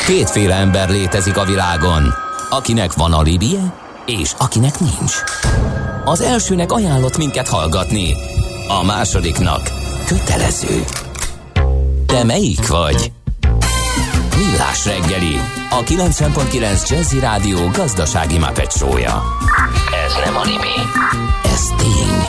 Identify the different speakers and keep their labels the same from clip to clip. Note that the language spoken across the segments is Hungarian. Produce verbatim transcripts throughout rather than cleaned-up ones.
Speaker 1: Kétféle ember létezik a világon, akinek van alibije, és akinek nincs. Az elsőnek ajánlott minket hallgatni, a másodiknak kötelező. Te melyik vagy? Millás reggeli, a kilencven pont kilenc Jazzy Rádió gazdasági Muppet show-ja. Ez nem anime, ez tény.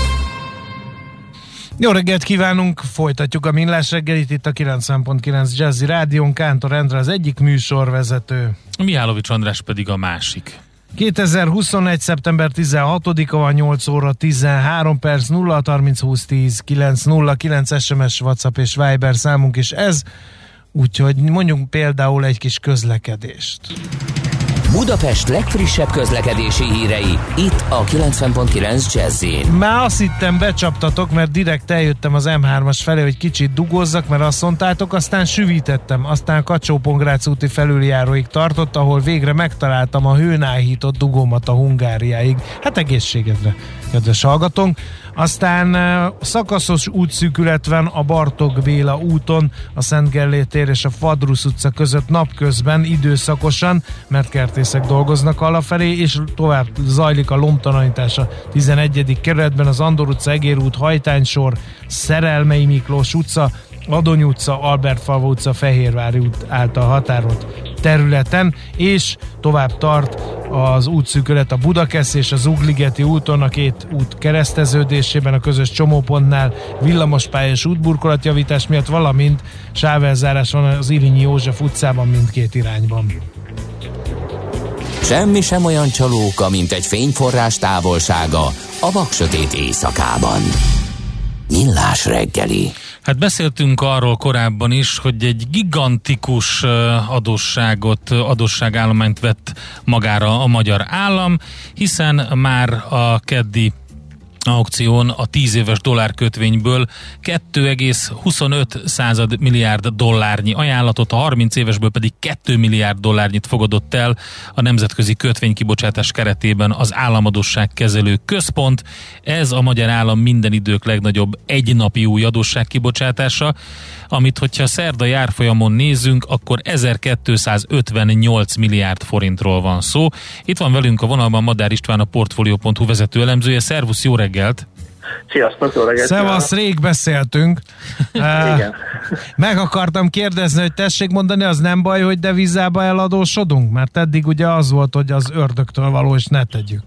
Speaker 2: Jó reggelt kívánunk, folytatjuk a Millás reggelit itt a kilencven pont kilenc Jazzy Rádión. Kántor Endre az egyik műsorvezető.
Speaker 3: Mihálovics András pedig a másik.
Speaker 2: kétezer-huszonegy. szeptember tizenhatodika van, nyolc óra tizenhárom perc, nulla harminc húsz tíz kilenc nulla kilenc es em es, WhatsApp és Viber számunk is ez, úgyhogy mondjuk például egy kis közlekedést.
Speaker 1: Budapest legfrissebb közlekedési hírei, itt a kilencven pont kilenc Jazzyn.
Speaker 2: Már azt hittem becsaptatok, mert direkt eljöttem az em hármas felé, hogy kicsit dugozzak, mert azt mondtátok, aztán süvítettem, aztán Kacsó-Pongrác úti felüljáróig tartott, ahol végre megtaláltam a hőn áhított dugómat a Hungáriáig. Hát egészségedre, kedves hallgatónk. Aztán uh, szakaszos útszűkület van a Bartók Béla úton, a Szent Gellért tér és a Fadrusz utca között napközben időszakosan, mert kertészek dolgoznak alafelé, és tovább zajlik a lombtalanítás a tizenegyedik kerületben, az Andor utca, Egér út, Hajtánysor, Szerelmei Miklós utca, Adony utca, Albertfalva utca, Fehérvári út által határolt területen, és tovább tart az útszűkület a Budakesz és az Ugligeti úton, a két út kereszteződésében, a közös csomópontnál villamospályás útburkolatjavítás miatt, valamint sávelzárás van az Irinyi József utcában mindkét irányban.
Speaker 1: Semmi sem olyan csalóka, mint egy fényforrás távolsága a vaksötét éjszakában. Millás reggeli.
Speaker 3: Hát beszéltünk arról korábban is, hogy egy gigantikus adósságot, adósságállományt vett magára a magyar állam, hiszen már a keddi aukción a tíz éves dollárkötvényből két egész huszonöt század milliárd dollárnyi ajánlatot, a harminc évesből pedig két milliárd dollárnyit fogadott el a nemzetközi kötvénykibocsátás keretében az Államadósságkezelő Központ. Ez a magyar állam minden idők legnagyobb egynapi új adósságkibocsátása, amit hogyha szerdai árfolyamon nézzünk, akkor ezerkétszázötvennyolc milliárd forintról van szó. Itt van velünk a vonalban Madár István, a Portfolio pont hu vezető elemzője. Szervusz, jó reggelt!
Speaker 4: Sziasztok, jó reggelt!
Speaker 2: Szevasz, rég beszéltünk.
Speaker 4: Igen.
Speaker 2: Meg akartam kérdezni, hogy tessék mondani, az nem baj, hogy devizába eladósodunk? Mert eddig ugye az volt, hogy az ördögtől való, és ne tegyük.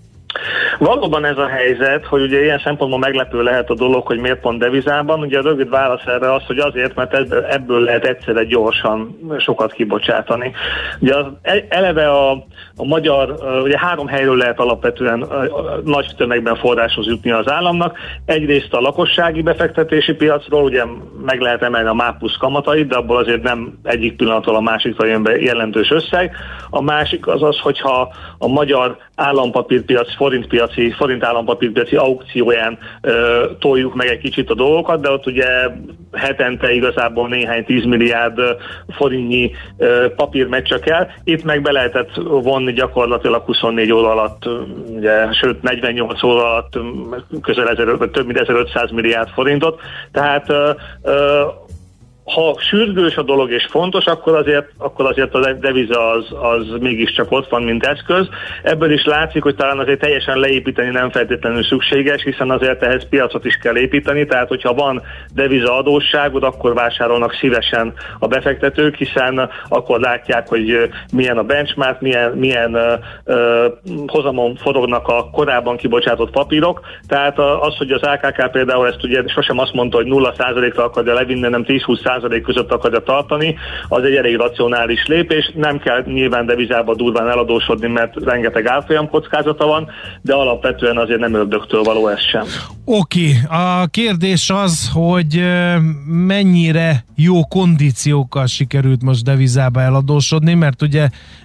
Speaker 4: Valóban ez a helyzet, hogy ugye ilyen szempontból meglepő lehet a dolog, hogy miért pont devizában. Ugye a rövid válasz erre az, hogy azért, mert ebből lehet egyszerre gyorsan sokat kibocsátani. Ugye az eleve a, a magyar, ugye három helyről lehet alapvetően nagy tömegben forráshoz jutni az államnak. Egyrészt a lakossági befektetési piacról, ugye meg lehet emelni a MÁ plusz kamatait, de abból azért nem egyik pillanatról a másikra jön be jelentős összeg. A másik az az, hogyha a magyar állampapírpiac, forintpiaci, forint állampapírpiaci aukcióján ö, toljuk meg egy kicsit a dolgokat, de ott ugye hetente igazából néhány tízmilliárd forintnyi ö, papír megy csak el. Itt meg be lehetett vonni gyakorlatilag huszonnégy óra alatt, ugye, sőt negyvennyolc óra alatt közel ezer, több mint ezerötszáz milliárd forintot. Tehát ö, ö, ha sürgős a dolog és fontos, akkor azért, akkor azért a deviza az, az mégiscsak ott van, mint eszköz. Ebből is látszik, hogy talán azért teljesen leépíteni nem feltétlenül szükséges, hiszen azért ehhez piacot is kell építeni, tehát hogyha van deviza adósságod, akkor vásárolnak szívesen a befektetők, hiszen akkor látják, hogy milyen a benchmark, milyen, milyen uh, uh, hozamon forognak a korábban kibocsátott papírok. Tehát az, hogy az á ká ká például ezt ugye sosem azt mondta, hogy nulla százalékra akarja levinni, nem tíz-húsz százalék között akarja tartani, az egy elég racionális lépés. Nem kell nyilván devizába durván eladósodni, mert rengeteg árfolyam kockázata van, de alapvetően azért nem ördögtől való ez sem.
Speaker 2: Oké, a kérdés az, hogy mennyire jó kondíciókkal sikerült most devizába eladósodni, mert ugye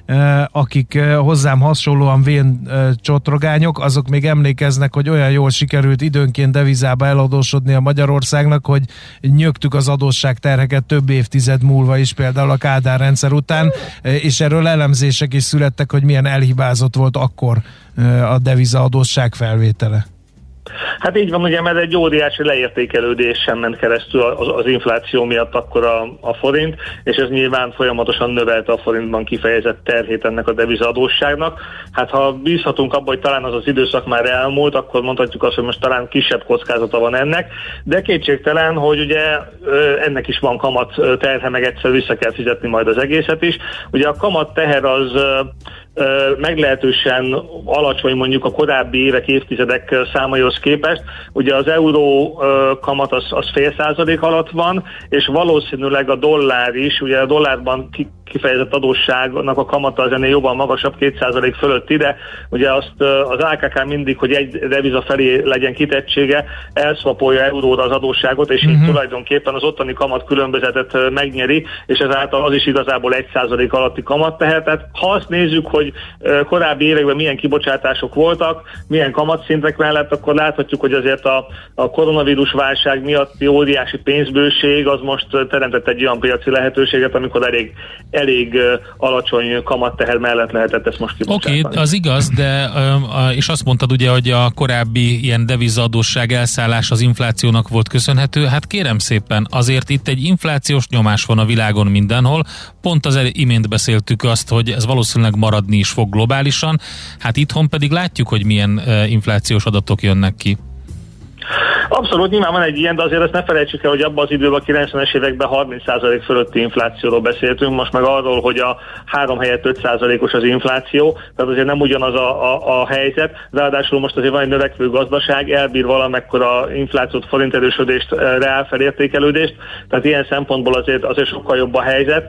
Speaker 2: akik hozzám hasonlóan vén csotrogányok, azok még emlékeznek, hogy olyan jól sikerült időnként devizába eladósodni a Magyarországnak, hogy nyögtük az adósságterheket több évtized múlva is, például a Kádár rendszer után, és erről elemzések is születtek, hogy milyen elhibázott volt akkor a deviza adósság felvétele.
Speaker 4: Hát így van, ugye, mert egy óriási leértékelődésen ment keresztül az, az infláció miatt akkor a, a forint, és ez nyilván folyamatosan növelte a forintban kifejezett terhét ennek a devizaadósságnak. Hát ha bízhatunk abban, hogy talán az az időszak már elmúlt, akkor mondhatjuk azt, hogy most talán kisebb kockázata van ennek, de kétségtelen, hogy ugye ennek is van kamat terhe, meg egyszer vissza kell fizetni majd az egészet is. Ugye a kamat teher az meglehetősen alacsony mondjuk a korábbi évek, évtizedek számaihoz képest. Ugye az euró kamat az, az fél százalék alatt van, és valószínűleg a dollár is, ugye a dollárban kifejezett adósságnak a kamata az ennél jobban magasabb, két százalék fölötti, de ugye azt az á ká ká mindig, hogy egy deviza felé legyen kitettsége, elszvapolja euróra az adósságot, és uh-huh. így tulajdonképpen az ottani kamat különbözetet megnyeri, és ezáltal az is igazából egy százalék alatti kamat tehet. Tehát ha azt nézzük, hogy korábbi években milyen kibocsátások voltak, milyen kamatszintek mellett, akkor láthatjuk, hogy azért a, a koronavírus válság miatti óriási pénzbőség az most teremtett egy olyan piaci lehetőséget, amikor elég, elég alacsony kamatteher mellett lehetett ezt most kibocsátani.
Speaker 3: Oké, okay, az igaz, de és azt mondtad ugye, hogy a korábbi ilyen devizaadósság elszállás az inflációnak volt köszönhető. Hát kérem szépen, azért itt egy inflációs nyomás van a világon mindenhol. Pont az imént beszéltük azt, hogy ez valószínűleg maradni is fog globálisan. Hát itthon pedig látjuk, hogy milyen inflációs adatok jönnek ki.
Speaker 4: Abszolút, nyilván van egy ilyen, de azért ezt ne felejtsük el, hogy abban az időben, a kilencvenes években harminc százalék fölötti inflációról beszéltünk, most meg arról, hogy a három helyett öt százalékos az infláció, tehát azért nem ugyanaz a, a, a helyzet, ráadásul most azért van egy növekvő gazdaság, elbír valamekkora inflációt, forinterősödést, reálfelértékelődést, tehát ilyen szempontból azért, azért sokkal jobb a helyzet.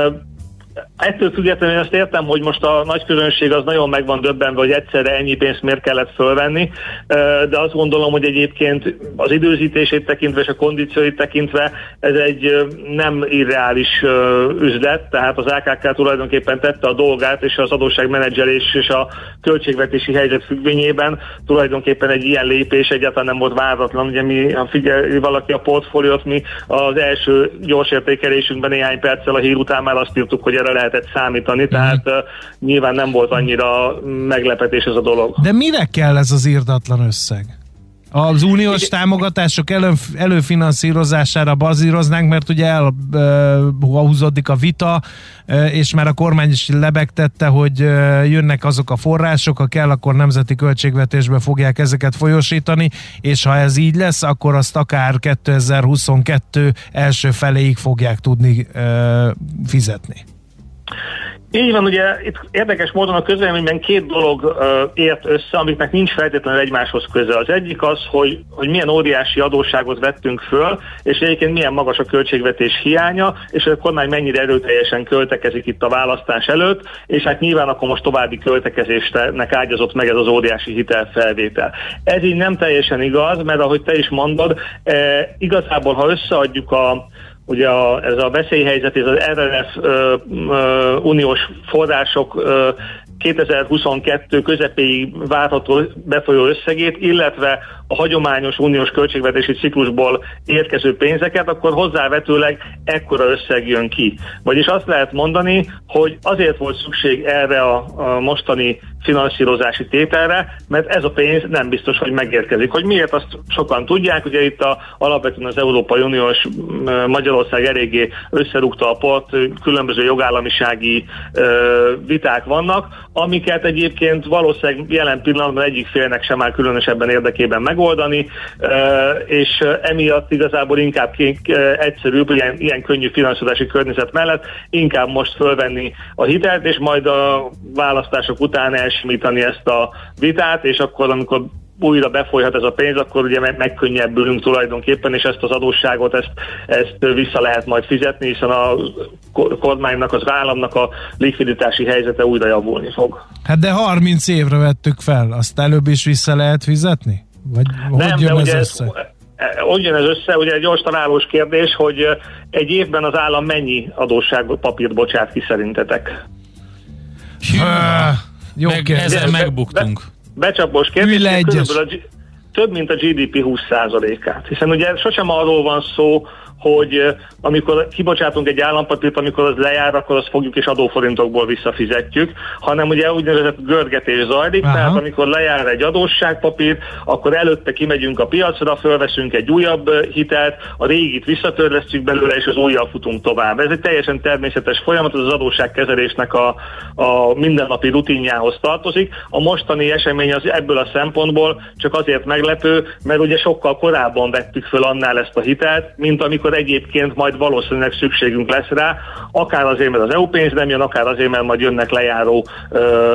Speaker 4: Ettől függetlenül azt értem, hogy most a nagy közönség az nagyon meg van döbbenve, hogy egyszerre ennyi pénzt miért kellett fölvenni, de azt gondolom, hogy egyébként az időzítését tekintve és a kondícióit tekintve ez egy nem irreális üzlet, tehát az á ká ká tulajdonképpen tette a dolgát, és az adósságmenedzselés és a költségvetési helyzet függvényében tulajdonképpen egy ilyen lépés egyáltalán nem volt váratlan. Ugye mi, ha figyel valaki a portfóliót, mi az első gyors értékelésünkben néhány perccel a hír után már azt írtuk, hogy erre lehetett számítani, tehát uh, nyilván nem volt annyira meglepetés ez a dolog. De
Speaker 2: mire kell ez az irdatlan összeg? Az uniós támogatások elő, előfinanszírozására bazíroznánk, mert ugye elhúzódik a vita, és már a kormány is lebegtette, hogy jönnek azok a források, ha kell, akkor nemzeti költségvetésbe fogják ezeket folyósítani, és ha ez így lesz, akkor azt akár kétezer-huszonkettő első feléig fogják tudni fizetni.
Speaker 4: Így van, ugye itt érdekes módon a közvéleményben két dolog uh, ért össze, amiknek nincs feltétlenül egymáshoz köze. Az egyik az, hogy, hogy milyen óriási adósságot vettünk föl, és egyébként milyen magas a költségvetés hiánya, és a kormány mennyire erőteljesen költekezik itt a választás előtt, és hát nyilván akkor most további költekezésnek ágyazott meg ez az óriási hitelfelvétel. Ez így nem teljesen igaz, mert ahogy te is mondod, eh, igazából ha összeadjuk a ugye a, ez a veszélyhelyzet, ez az er en ef ö, ö, uniós források ö, kétezer-huszonkettő közepéig várható befolyó összegét, illetve a hagyományos uniós költségvetési ciklusból érkező pénzeket, akkor hozzávetőleg ekkora összeg jön ki. Vagyis azt lehet mondani, hogy azért volt szükség erre a, a mostani finanszírozási tételre, mert ez a pénz nem biztos, hogy megérkezik. Hogy miért, azt sokan tudják, ugye itt a, alapvetően az Európai Uniós Magyarország eléggé összerúgta a port, különböző jogállamisági ö, viták vannak, amiket egyébként valószínűleg jelen pillanatban egyik félnek sem áll különösebben érdekében megoldani, és emiatt igazából inkább egyszerűbb, ilyen, ilyen könnyű finanszírozási környezet mellett inkább most fölvenni a hitelt, és majd a választások után elsimítani ezt a vitát, és akkor, amikor újra befolyhat ez a pénz, akkor ugye megkönnyebbülünk tulajdonképpen, és ezt az adósságot, ezt, ezt vissza lehet majd fizetni, hiszen a kormánynak, az államnak a likviditási helyzete újra javulni fog.
Speaker 2: Hát de harminc évre vettük fel, azt előbb is vissza lehet fizetni? Vagy
Speaker 4: nem,
Speaker 2: hogy jön
Speaker 4: de
Speaker 2: ez
Speaker 4: ugye
Speaker 2: össze?
Speaker 4: Úgy jön ez össze, ugye egy gyors találós kérdés, hogy egy évben az állam mennyi adósságpapírt bocsát ki szerintetek?
Speaker 3: Há, jó Meg, ezzel be, megbuktunk.
Speaker 4: Be, becsapós kérdés, körülbelül a, több mint a gé dé pé húsz százalékát. Hiszen ugye sosem arról van szó, hogy amikor kibocsátunk egy állampapírt, amikor az lejár, akkor azt fogjuk és adóforintokból visszafizetjük, hanem ugye úgynevezett görgetés zajlik, Aha. tehát amikor lejár egy adósságpapír, akkor előtte kimegyünk a piacra, fölveszünk egy újabb hitelt, a régit visszatörlesztjük belőle, és az újjal futunk tovább. Ez egy teljesen természetes folyamat, az adósságkezelésnek a, a mindennapi rutinjához tartozik. A mostani esemény az ebből a szempontból csak azért meglepő, mert ugye sokkal korábban vettük föl annál ezt a hitelt, mint amikor egyébként majd valószínűleg szükségünk lesz rá, akár azért, mert az é u pénz nem jön, akár azért, mert majd jönnek lejáró ö,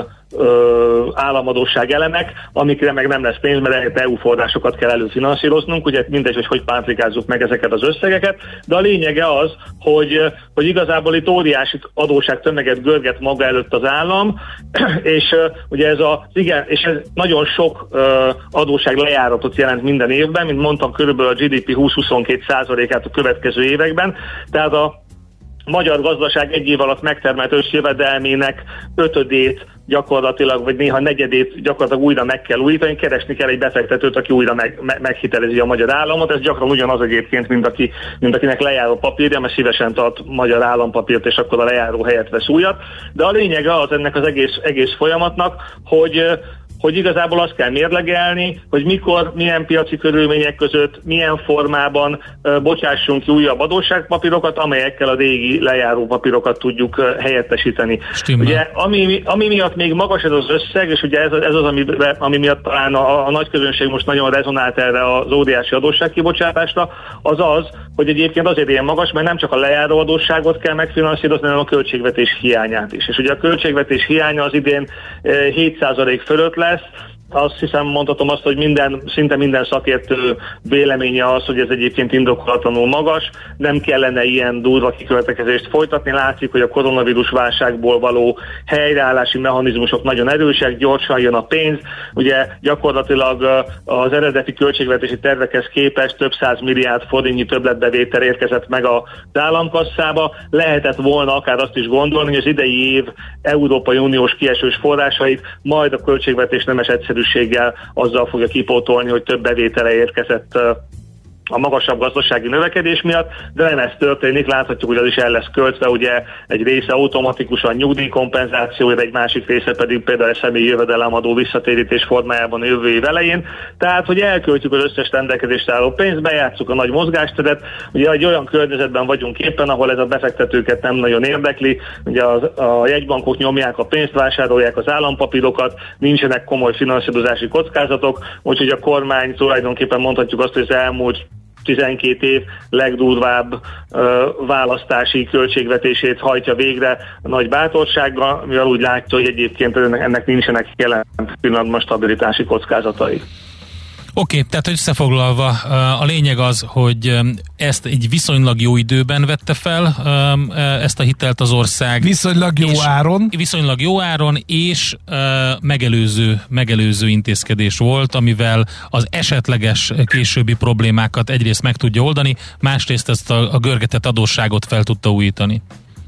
Speaker 4: Ö, államadósság elemek, amikre meg nem lesz pénz, mert é u forrásokat kell előfinanszíroznunk, ugye mindegy, hogy hogy pántlikázzuk meg ezeket az összegeket, de a lényege az, hogy, hogy igazából itt óriási adósság tömeget görget maga előtt az állam, és ugye ez a, igen, és ez nagyon sok ö, adósság lejáratot jelent minden évben, mint mondtam, körülbelül a gé dé pé húsz-huszonkettő százalékát a következő években, tehát a magyar gazdaság egy év alatt megtermelt összjövedelmének ötödét gyakorlatilag, vagy néha negyedét gyakorlatilag újra meg kell újítani, keresni kell egy befektetőt, aki újra meg, me, meghitelezi a magyar államot. Ez gyakran ugyanaz egyébként, mint, aki, mint akinek lejáró papírja, mert szívesen tart magyar állampapírt, és akkor a lejáró helyett vesz újat. De a lényege az ennek az egész, egész folyamatnak, hogy hogy igazából azt kell mérlegelni, hogy mikor, milyen piaci körülmények között, milyen formában uh, bocsássunk ki újabb adósságpapírokat, amelyekkel a régi lejáró papírokat tudjuk uh, helyettesíteni. Stimmel. Ugye, ami, ami miatt még magas ez az összeg, és ugye ez, ez az, ami, ami miatt talán a, a nagy közönség most nagyon rezonált erre az óriási adósságkibocsátásra, az az, hogy egyébként azért ilyen magas, mert nem csak a lejáró adósságot kell megfinanszírozni, hanem a költségvetés hiányát is. És ugye a költségvetés hiánya az idén uh, hét százalék fölött lesz. Azt hiszem, mondhatom azt, hogy minden, szinte minden szakértő véleménye az, hogy ez egyébként indokolatlanul magas, nem kellene ilyen durva kiköltekezést folytatni. Látszik, hogy a koronavírus válságból való helyreállási mechanizmusok nagyon erősek, gyorsan jön a pénz. Ugye gyakorlatilag az eredeti költségvetési tervekhez képest több száz milliárd forintnyi többletbevétel érkezett meg az államkasszába. Lehetett volna akár azt is gondolni, hogy az idei év Európai Uniós kiesős forrásait majd a költségvetés nemes egyszerűséggel azzal fogja kipótolni, hogy több bevétele érkezett a magasabb gazdasági növekedés miatt, de nem ez történik, láthatjuk, hogy az is el lesz költve, ugye egy része automatikusan nyugdíjkompenzációra, egy másik része pedig például a személyi jövedelemadó visszatérítés formájában a jövő év elején. Tehát, hogy elköltjük az összes rendelkezésre álló pénzt, bejátszuk a nagy mozgásteret, ugye egy olyan környezetben vagyunk éppen, ahol ez a befektetőket nem nagyon érdekli, ugye a, a jegybankok nyomják a pénzt, vásárolják az állampapírokat, nincsenek komoly finanszírozási kockázatok, úgyhogy a kormány tulajdonképpen mondhatjuk azt, hogy az elmúlt tizenkét év legdurvább ö, választási költségvetését hajtja végre nagy bátorsággal, mivel úgy látja, hogy egyébként ennek nincsenek jelen pillanatban stabilitási kockázatai.
Speaker 3: Oké, okay, tehát összefoglalva a lényeg az, hogy ezt egy viszonylag jó időben vette fel, ezt a hitelt az ország.
Speaker 2: Viszonylag jó áron.
Speaker 3: Viszonylag jó áron, és megelőző, megelőző intézkedés volt, amivel az esetleges későbbi problémákat egyrészt meg tudja oldani, másrészt ezt a, a görgetett adósságot fel tudta újítani.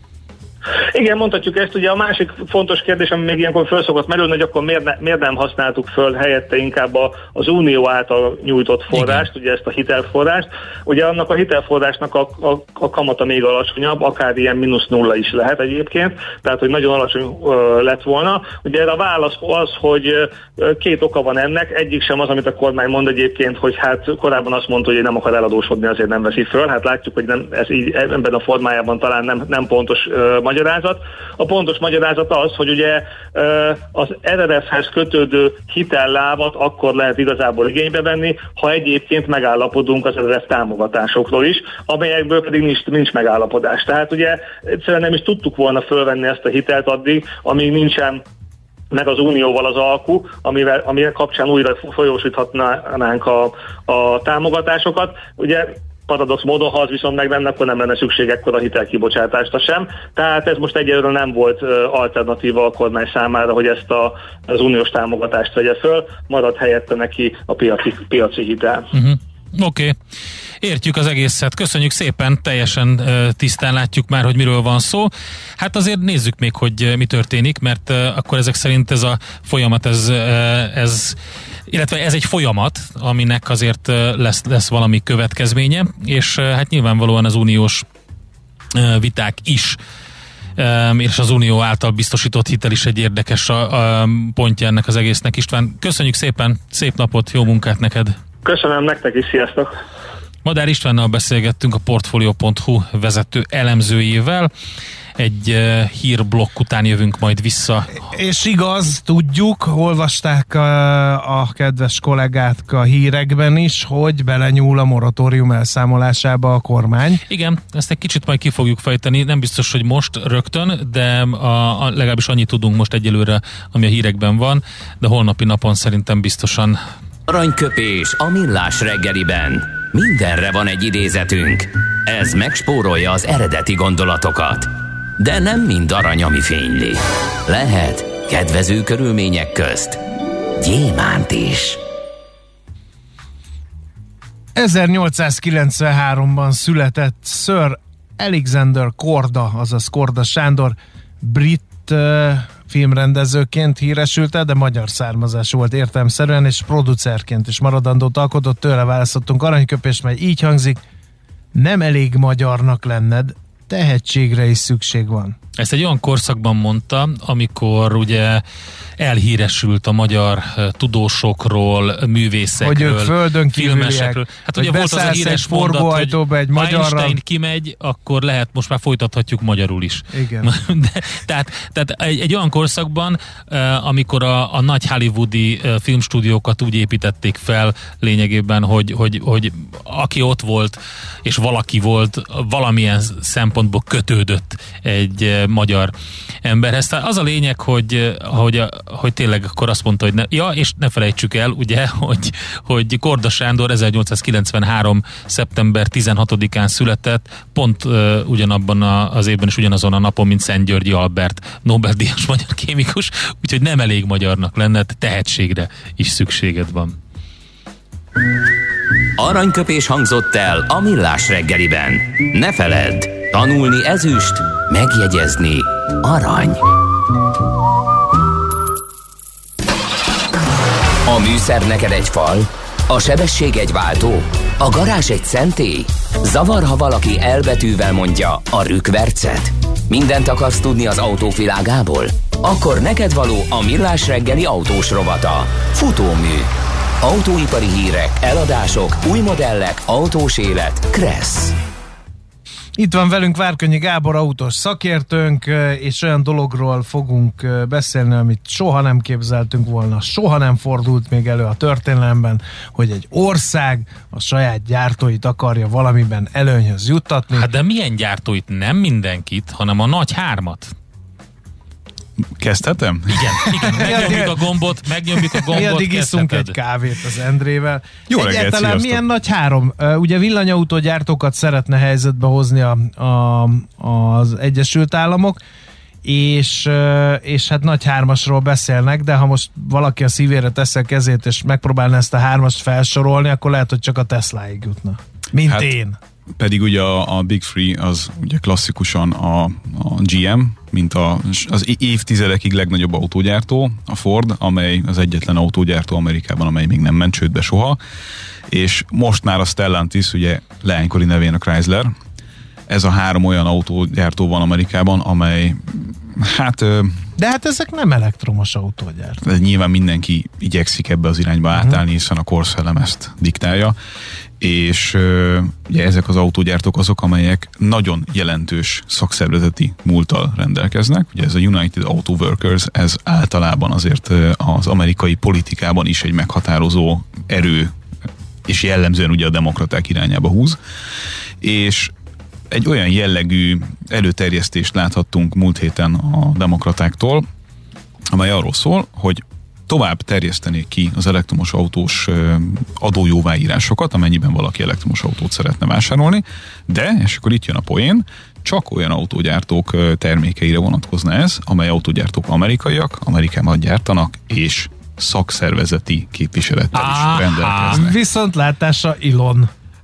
Speaker 4: Igen, mondhatjuk ezt, ugye a másik fontos kérdés, ami még ilyenkor föl szokott merülni, hogy akkor miért, ne, miért nem használtuk föl helyette inkább a, az Unió által nyújtott forrást, igen. Ugye ezt a hitelforrást. Ugye annak a hitelforrásnak a, a, a kamata még alacsonyabb, akár ilyen mínusz nulla is lehet egyébként, tehát hogy nagyon alacsony ö, lett volna. Ugye erre a válasz az, hogy ö, két oka van ennek, egyik sem az, amit a kormány mond egyébként, hogy hát korábban azt mondta, hogy nem akar eladósodni, azért nem veszi föl. Hát látjuk, hogy nem, ez így ebben a formájában talán nem, nem pontos ö, magyarázat. A pontos magyarázat az, hogy ugye az er er ef-hez kötődő hitellábat akkor lehet igazából igénybe venni, ha egyébként megállapodunk az er er ef támogatásokról is, amelyekből pedig nincs, nincs megállapodás. Tehát ugye egyszerűen nem is tudtuk volna fölvenni ezt a hitelt addig, amíg nincsen meg az Unióval az alku, amivel, amivel kapcsán újra folyósíthatnánk a, a támogatásokat. Ugye paradox módon, ha az viszont meg lenne, akkor nem lenne szükség ekkor a hitelkibocsátásra sem. Tehát ez most egyelőre nem volt alternatíva a kormány számára, hogy ezt a, az uniós támogatást vegye föl, marad helyette neki a piaci, piaci hitel.
Speaker 3: Uh-huh. Oké. Okay. Értjük az egészet. Köszönjük szépen, teljesen uh, tisztán látjuk már, hogy miről van szó. Hát azért nézzük még, hogy uh, mi történik, mert uh, akkor ezek szerint ez a folyamat, ez, uh, ez illetve ez egy folyamat, aminek azért uh, lesz, lesz valami következménye, és uh, hát nyilvánvalóan az uniós uh, viták is és az Unió által biztosított hitel is egy érdekes a, a pontja ennek az egésznek. István, köszönjük szépen, szép napot, jó munkát neked!
Speaker 4: Köszönöm nektek is, sziasztok!
Speaker 3: Madár Istvánnal beszélgettünk, a Portfolio pont hu vezető elemzőjével. Egy uh, hírblokk után jövünk majd vissza.
Speaker 2: És igaz, tudjuk, olvasták a, a kedves kollégák a hírekben is, hogy belenyúl a moratórium elszámolásába a kormány.
Speaker 3: Igen, ezt egy kicsit majd ki fogjuk fejteni, nem biztos, hogy most rögtön, de a, a, legalábbis annyit tudunk most egyelőre, ami a hírekben van, de holnapi napon szerintem biztosan.
Speaker 1: Aranyköpés a millás reggeliben. Mindenre van egy idézetünk. Ez megspórolja az eredeti gondolatokat. De nem mind arany, ami fényli. Lehet kedvező körülmények közt gyémánt is.
Speaker 2: ezernyolcszázkilencvenháromban született Sir Alexander Korda, azaz Korda Sándor, brit uh, filmrendezőként híresült, de magyar származású volt értelemszerűen, és producerként is maradandót alkotott. Tőle választottunk aranyköpést, mely így hangzik: nem elég magyarnak lenned, tehetségre is szükség van.
Speaker 3: Ezt egy olyan korszakban mondta, amikor ugye elhíresült a magyar tudósokról, művészekről,
Speaker 2: hogy ők földön filmesekről.
Speaker 3: Hát ugye volt az a híres mondat, hogy
Speaker 2: egy magyarra...
Speaker 3: Einstein kimegy, akkor lehet, most már folytathatjuk magyarul is.
Speaker 2: Igen.
Speaker 3: De, tehát tehát egy, egy olyan korszakban, amikor a, a nagy hollywoodi filmstúdiókat úgy építették fel lényegében, hogy, hogy, hogy aki ott volt, és valaki volt, valamilyen szempontból kötődött egy magyar emberhez. Tehát az a lényeg, hogy, hogy, hogy tényleg akkor azt mondta, hogy ne, ja, és ne felejtsük el, ugye, hogy, hogy Korda Sándor ezernyolcszázkilencvenhárom. szeptember tizenhatodikán született, pont uh, ugyanabban a, az évben és ugyanazon a napon, mint Szent Györgyi Albert, Nobel-díjas magyar kémikus, úgyhogy nem elég magyarnak lenne, tehetségre is szükséged van.
Speaker 1: Aranyköpés hangzott el a millás reggeliben. Ne feledd, tanulni ezüst, megjegyezni arany. A műszer neked egy fal, a sebesség egy váltó, a garázs egy szentély. Zavar, ha valaki elbetűvel mondja a rükvercet. Mindent akarsz tudni az autóvilágából? Akkor neked való a millás reggeli autós rovata. Futómű. Autóipari hírek, eladások, új modellek, autós élet. Kressz.
Speaker 2: Itt van velünk Várkonyi Gábor, autós szakértőnk, és olyan dologról fogunk beszélni, amit soha nem képzeltünk volna, soha nem fordult még elő a történelemben, hogy egy ország a saját gyártóit akarja valamiben előnyhöz juttatni.
Speaker 3: Hát de milyen gyártóit? Nem mindenkit, hanem a nagy hármat.
Speaker 5: Kezdhetem?
Speaker 3: Igen, igen, megnyomjuk a gombot, megnyomjuk a gombot,
Speaker 2: mi addig iszunk egy kávét az Endrével.
Speaker 5: Jó reggelt,
Speaker 2: egyáltalán
Speaker 5: sziasztok.
Speaker 2: Milyen nagy három? Ugye villanyautógyártókat szeretne helyzetbe hozni a, a, az Egyesült Államok, és, és hát nagy hármasról beszélnek, de ha most valaki a szívére teszi a kezét, és megpróbálna ezt a hármast felsorolni, akkor lehet, hogy csak a Tesláig jutna. Mint hát, én.
Speaker 5: Pedig ugye a, a Big Three az ugye klasszikusan a, a gé em, mint a, az évtizedekig legnagyobb autógyártó, a Ford, amely az egyetlen autógyártó Amerikában, amely még nem ment csődbe soha, és most már a Stellantis, ugye leánykori nevén a Chrysler. Ez a három olyan autógyártó van Amerikában, amely hát...
Speaker 2: De hát ezek nem elektromos autógyártó.
Speaker 5: Nyilván mindenki igyekszik ebbe az irányba uh-huh. átállni, hiszen a korszellem ezt diktálja, és uh, ugye ezek az autógyártók azok, amelyek nagyon jelentős szakszervezeti múlttal rendelkeznek. Ugye ez a United Auto Workers, ez általában azért uh, az amerikai politikában is egy meghatározó erő, és jellemzően ugye a demokraták irányába húz, és egy olyan jellegű előterjesztést láthattunk múlt héten a demokratáktól, amely arról szól, hogy tovább terjesztenék ki az elektromos autós adójóváírásokat, amennyiben valaki elektromos autót szeretne vásárolni, de, és akkor itt jön a poén, csak olyan autógyártók termékeire vonatkozna ez, amely autógyártók amerikaiak, Amerikában gyártanak, és szakszervezeti képviselettel is rendelkeznek.
Speaker 2: Viszont látása Elon.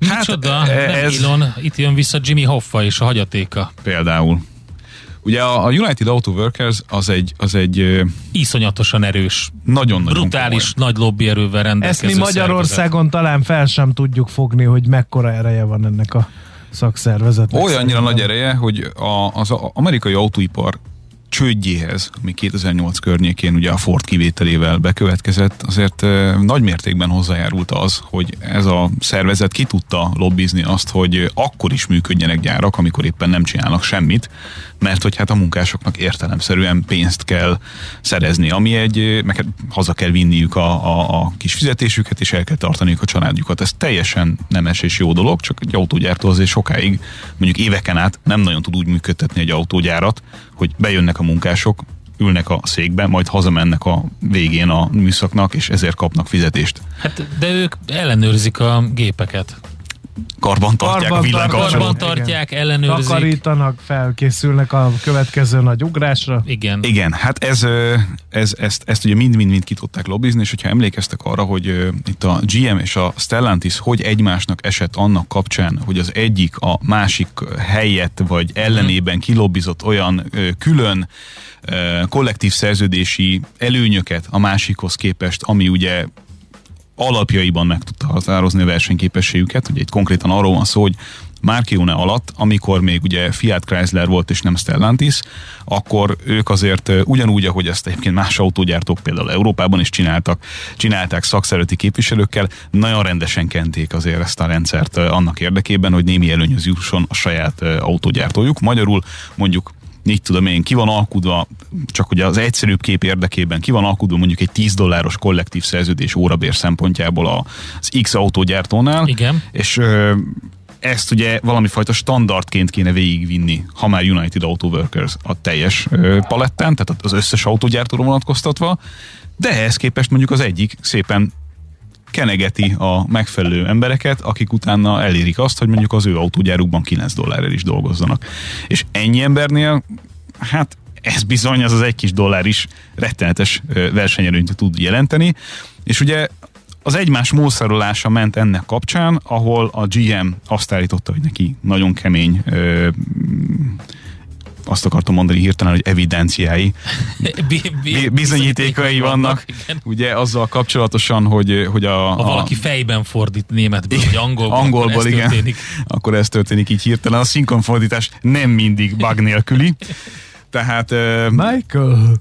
Speaker 3: Micsoda? Ez... Elon, itt jön vissza Jimmy Hoffa és a hagyatéka.
Speaker 5: Például. Ugye a United Auto Workers az egy, az egy
Speaker 3: iszonyatosan erős,
Speaker 5: nagyon-nagyon
Speaker 3: brutális, komoly. Nagy lobbyerővel rendelkező
Speaker 2: Ezt mi Magyarországon szervezet. Talán fel sem tudjuk fogni, hogy mekkora ereje van ennek a szakszervezetnek.
Speaker 5: Olyannyira nagy ereje, hogy a, az amerikai autóipar csődjéhez, ami kétezer-nyolc környékén ugye a Ford kivételével bekövetkezett, azért e, nagy mértékben hozzájárult az, hogy ez a szervezet ki tudta lobbizni azt, hogy akkor is működjenek gyárak, amikor éppen nem csinálnak semmit, mert hogy hát a munkásoknak értelemszerűen pénzt kell szerezni, ami egy, meg haza kell vinniük a, a, a kis fizetésüket, és el kell tartaniuk a családjukat. Ez teljesen nemes és jó dolog, csak egy autógyártó azért sokáig, mondjuk éveken át nem nagyon tud úgy működtetni egy autógyárat, hogy bejönnek a munkások, ülnek a székbe, majd hazamennek a végén a műszaknak, és ezért kapnak fizetést.
Speaker 3: Hát, de ők ellenőrzik a gépeket.
Speaker 5: Karban tartják
Speaker 2: karban,
Speaker 5: a villanykapcsolót.
Speaker 3: Karban tartják, igen. Ellenőrzik.
Speaker 2: Takarítanak, felkészülnek a következő nagy ugrásra.
Speaker 3: Igen.
Speaker 5: Igen, hát ez, ez, ezt, ezt ugye mind-mind-mind ki tudták lobbizni, és hogyha emlékeztek arra, hogy uh, itt a gé em és a Stellantis hogy egymásnak esett annak kapcsán, hogy az egyik a másik helyett vagy ellenében kilobbizott olyan uh, külön uh, kollektív szerződési előnyöket a másikhoz képest, ami ugye alapjaiban meg tudta határozni a versenyképességüket. Ugye itt konkrétan arról van szó, hogy Marchione alatt, amikor még ugye Fiat Chrysler volt és nem Stellantis, akkor ők azért ugyanúgy, ahogy ezt egyébként más autógyártók például Európában is csináltak, csinálták szakszervezeti képviselőkkel, nagyon rendesen kenték azért ezt a rendszert annak érdekében, hogy némi előnyöz jusson a saját autógyártójuk. Magyarul mondjuk így tudom én, ki van alkudva, csak ugye az egyszerűbb kép érdekében, ki van alkudva mondjuk egy tíz dolláros kollektív szerződés órabér szempontjából az X autógyártónál.
Speaker 3: Igen.
Speaker 5: És ö, ezt ugye valami fajta standardként kéne végigvinni, ha már United Auto Workers a teljes ö, palettán, tehát az összes autógyártóra vonatkoztatva, de ehhez képest mondjuk az egyik szépen kenegeti a megfelelő embereket, akik utána elérik azt, hogy mondjuk az ő autógyárukban kilenc dollárral is dolgozzanak. És ennyi embernél, hát ez bizony, az az egy kis dollár is rettenetes versenyelőnyt tud jelenteni, és ugye az egymás módszerolása ment ennek kapcsán, ahol a gé em azt állította, hogy neki nagyon kemény ö, azt akartam mondani hirtelen, hogy evidenciái, bizonyítékai vannak, vannak ugye azzal kapcsolatosan, hogy, hogy a...
Speaker 3: Ha valaki a, fejben fordít németből, vagy angolból,
Speaker 5: angolból
Speaker 3: akkor ez
Speaker 5: igen,
Speaker 3: történik.
Speaker 5: Akkor ez történik így hirtelen. A szinkronfordítás nem mindig bug nélküli. Tehát... Uh,
Speaker 2: Michael!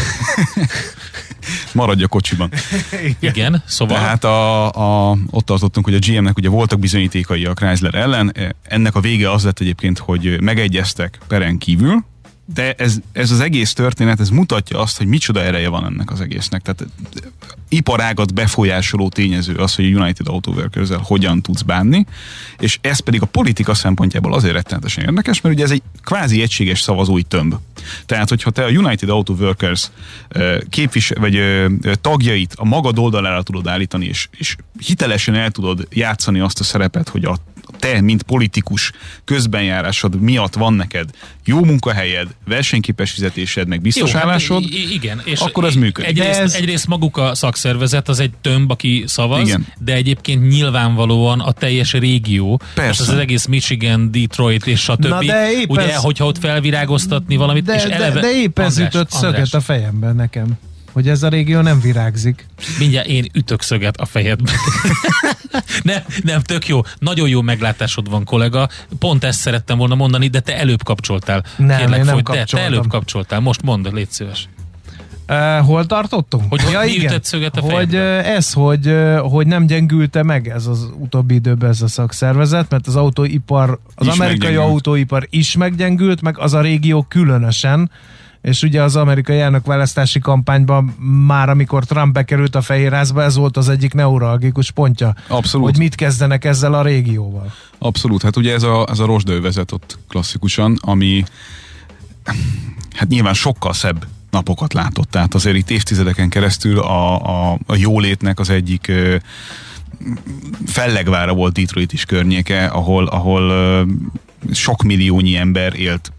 Speaker 5: Maradj a kocsiban.
Speaker 3: Igen, szóval...
Speaker 5: Tehát a, a, ott tartottunk, hogy a gé emnek ugye voltak bizonyítékai a Chrysler ellen. Ennek a vége az lett egyébként, hogy megegyeztek peren kívül, de ez, ez az egész történet, ez mutatja azt, hogy micsoda ereje van ennek az egésznek. Tehát iparágat befolyásoló tényező az, hogy a United Auto Workers-el hogyan tudsz bánni, és ez pedig a politika szempontjából azért rettenetesen érdekes, mert ugye ez egy kvázi egységes szavazói tömb. Tehát, hogyha te a United Auto Workers képvisel, vagy tagjait a magad oldalára tudod állítani, és, és hitelesen el tudod játszani azt a szerepet, hogy a te, mint politikus közbenjárásod miatt van neked jó munkahelyed, versenyképes fizetésed, meg biztos jó, állásod, hát
Speaker 3: igen, és
Speaker 5: akkor ez működik.
Speaker 3: Egyrészt,
Speaker 2: ez...
Speaker 3: egyrészt maguk a szakszervezet, az egy tömb, aki szavaz,
Speaker 5: igen.
Speaker 3: De egyébként nyilvánvalóan a teljes régió,
Speaker 5: persze.
Speaker 3: az, az egész Michigan, Detroit és a többi, ugye, ez... hogyha ott felvirágoztatni valamit,
Speaker 2: de,
Speaker 3: és eleve...
Speaker 2: De, de épp ez
Speaker 3: András,
Speaker 2: ütött
Speaker 3: András.
Speaker 2: szöget a fejemben nekem, hogy ez a régió nem virágzik.
Speaker 3: Mindjárt én ütök szöget a fejedbe. nem, nem, tök jó. Nagyon jó meglátásod van, kollega. Pont ezt szerettem volna mondani, de te előbb kapcsoltál.
Speaker 2: Nem,
Speaker 3: Kérlek,
Speaker 2: én nem
Speaker 3: folyt,
Speaker 2: kapcsoltam.
Speaker 3: Te előbb kapcsoltál. Most mondd, légy szíves.
Speaker 2: Uh, hol tartottunk?
Speaker 3: Hogy ja, mi ütött szöget a
Speaker 2: hogy uh, ez, hogy, uh, hogy nem gyengülte meg ez az utóbbi időben ez a szakszervezet, mert az autóipar, az
Speaker 5: is
Speaker 2: amerikai autóipar is meggyengült, meg az a régió különösen, és ugye az amerikai elnökválasztási kampányban már amikor Trump bekerült a Fehérházba, ez volt az egyik neuralgikus pontja.
Speaker 5: Abszolút.
Speaker 2: Hogy mit kezdenek ezzel a régióval.
Speaker 5: Abszolút, hát ugye ez a, ez a rozsdővezet ott klasszikusan, ami hát nyilván sokkal szebb napokat látott, tehát azért itt évtizedeken keresztül a, a, a jólétnek az egyik ö, fellegvára volt Detroit is környéke, ahol, ahol ö, sok milliónyi ember élt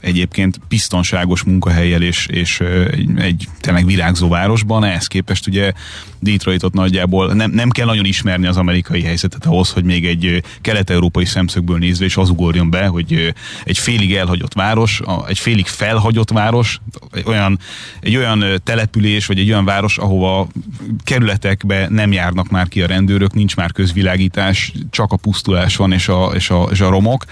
Speaker 5: egyébként biztonságos munkahellyel és, és egy, egy tényleg virágzó városban, ehhez képest ugye Detroitot nagyjából nem, nem kell nagyon ismerni az amerikai helyzetet ahhoz, hogy még egy kelet-európai szemszögből nézve is az ugorjon be, hogy egy félig elhagyott város, egy félig felhagyott város, egy olyan, egy olyan település, vagy egy olyan város, ahova kerületekbe nem járnak már ki a rendőrök, nincs már közvilágítás, csak a pusztulás van és a, és a, és a romok.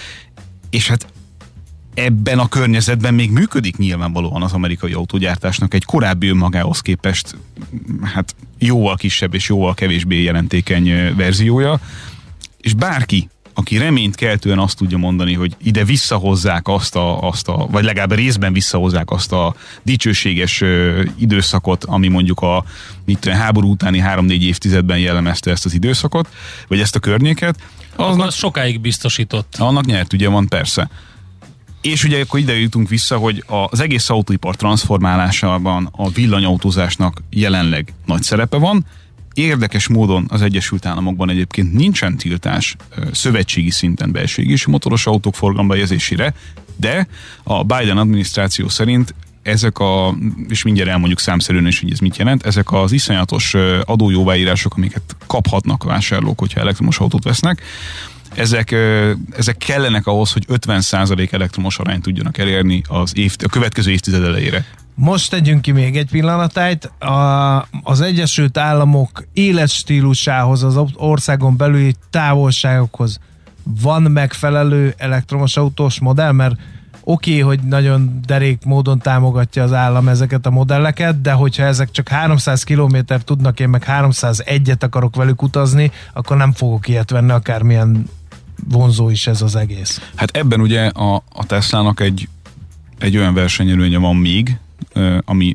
Speaker 5: És hát ebben a környezetben még működik nyilvánvalóan az amerikai autógyártásnak egy korábbi önmagához képest hát jóval kisebb és jóval kevésbé jelentékeny verziója, és bárki, aki reményt keltően azt tudja mondani, hogy ide visszahozzák azt a, azt a vagy legalább részben visszahozzák azt a dicsőséges ö, időszakot, ami mondjuk a mit tudom, háború utáni három-négy évtizedben jellemezte ezt az időszakot, vagy ezt a környéket,
Speaker 3: aznak az sokáig biztosított.
Speaker 5: Annak nyert ugye van, persze. És ugye akkor ide jutunk vissza, hogy az egész autóipar transformálásában a villanyautózásnak jelenleg nagy szerepe van. Érdekes módon az Egyesült Államokban egyébként nincsen tiltás szövetségi szinten belső égésű motoros autók forgalomba helyezésére, de a Biden adminisztráció szerint ezek a, és mindjárt elmondjuk számszerűen is, hogy ez mit jelent, ezek az iszonyatos adójóváírások, amiket kaphatnak a vásárlók, hogyha elektromos autót vesznek, ezek, ezek kellenek ahhoz, hogy ötven százalék elektromos arányt tudjanak elérni az év, a következő évtized elejére.
Speaker 2: Most tegyünk ki még egy pillanatájt. A, az Egyesült Államok életstílusához, az országon belüli távolságokhoz van megfelelő elektromos autós modell? Mert oké, okay, hogy nagyon derék módon támogatja az állam ezeket a modelleket, de hogyha ezek csak háromszáz kilométert tudnak, én meg háromszázegyet akarok velük utazni, akkor nem fogok ilyet venni, akármilyen vonzó is ez az egész.
Speaker 5: Hát ebben ugye a, a Teslának egy, egy olyan versenyelőnye van még, ami,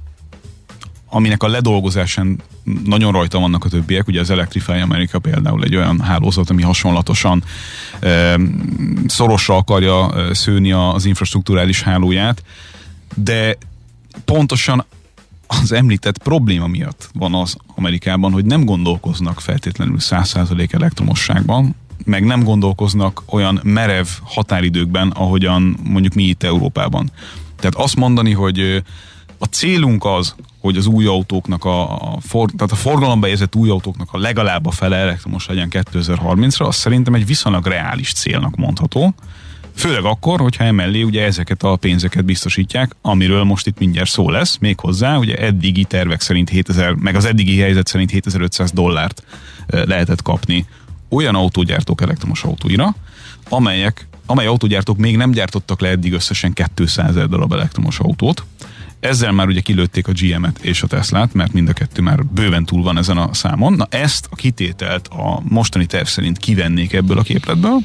Speaker 5: aminek a ledolgozásán nagyon rajta vannak a többiek, ugye az Electrify America például egy olyan hálózat, ami hasonlatosan e, szorosra akarja szőni az infrastrukturális hálóját, de pontosan az említett probléma miatt van az Amerikában, hogy nem gondolkoznak feltétlenül száz százalék elektromosságban, meg nem gondolkoznak olyan merev határidőkben, ahogyan mondjuk mi itt Európában. Tehát azt mondani, hogy a célunk az, hogy az új autóknak, a, a, for, tehát a forgalomba érzett új autóknak a legalább a fele elektromos legyen kétezer-harmincra, az szerintem egy viszonylag reális célnak mondható. Főleg akkor, hogyha emellé ugye ezeket a pénzeket biztosítják, amiről most itt mindjárt szó lesz, méghozzá ugye eddigi tervek szerint hétezer, meg az eddigi helyzet szerint hétezer-ötszáz dollárt lehetett kapni olyan autógyártók elektromos autóira, amelyek, amely autógyártók még nem gyártottak le eddig összesen kétszázezer darab elektromos autót. Ezzel már ugye kilőtték a gé em-et és a Teslát, mert mind a kettő már bőven túl van ezen a számon. Na ezt a kitételt a mostani terv szerint kivennék ebből a képletből,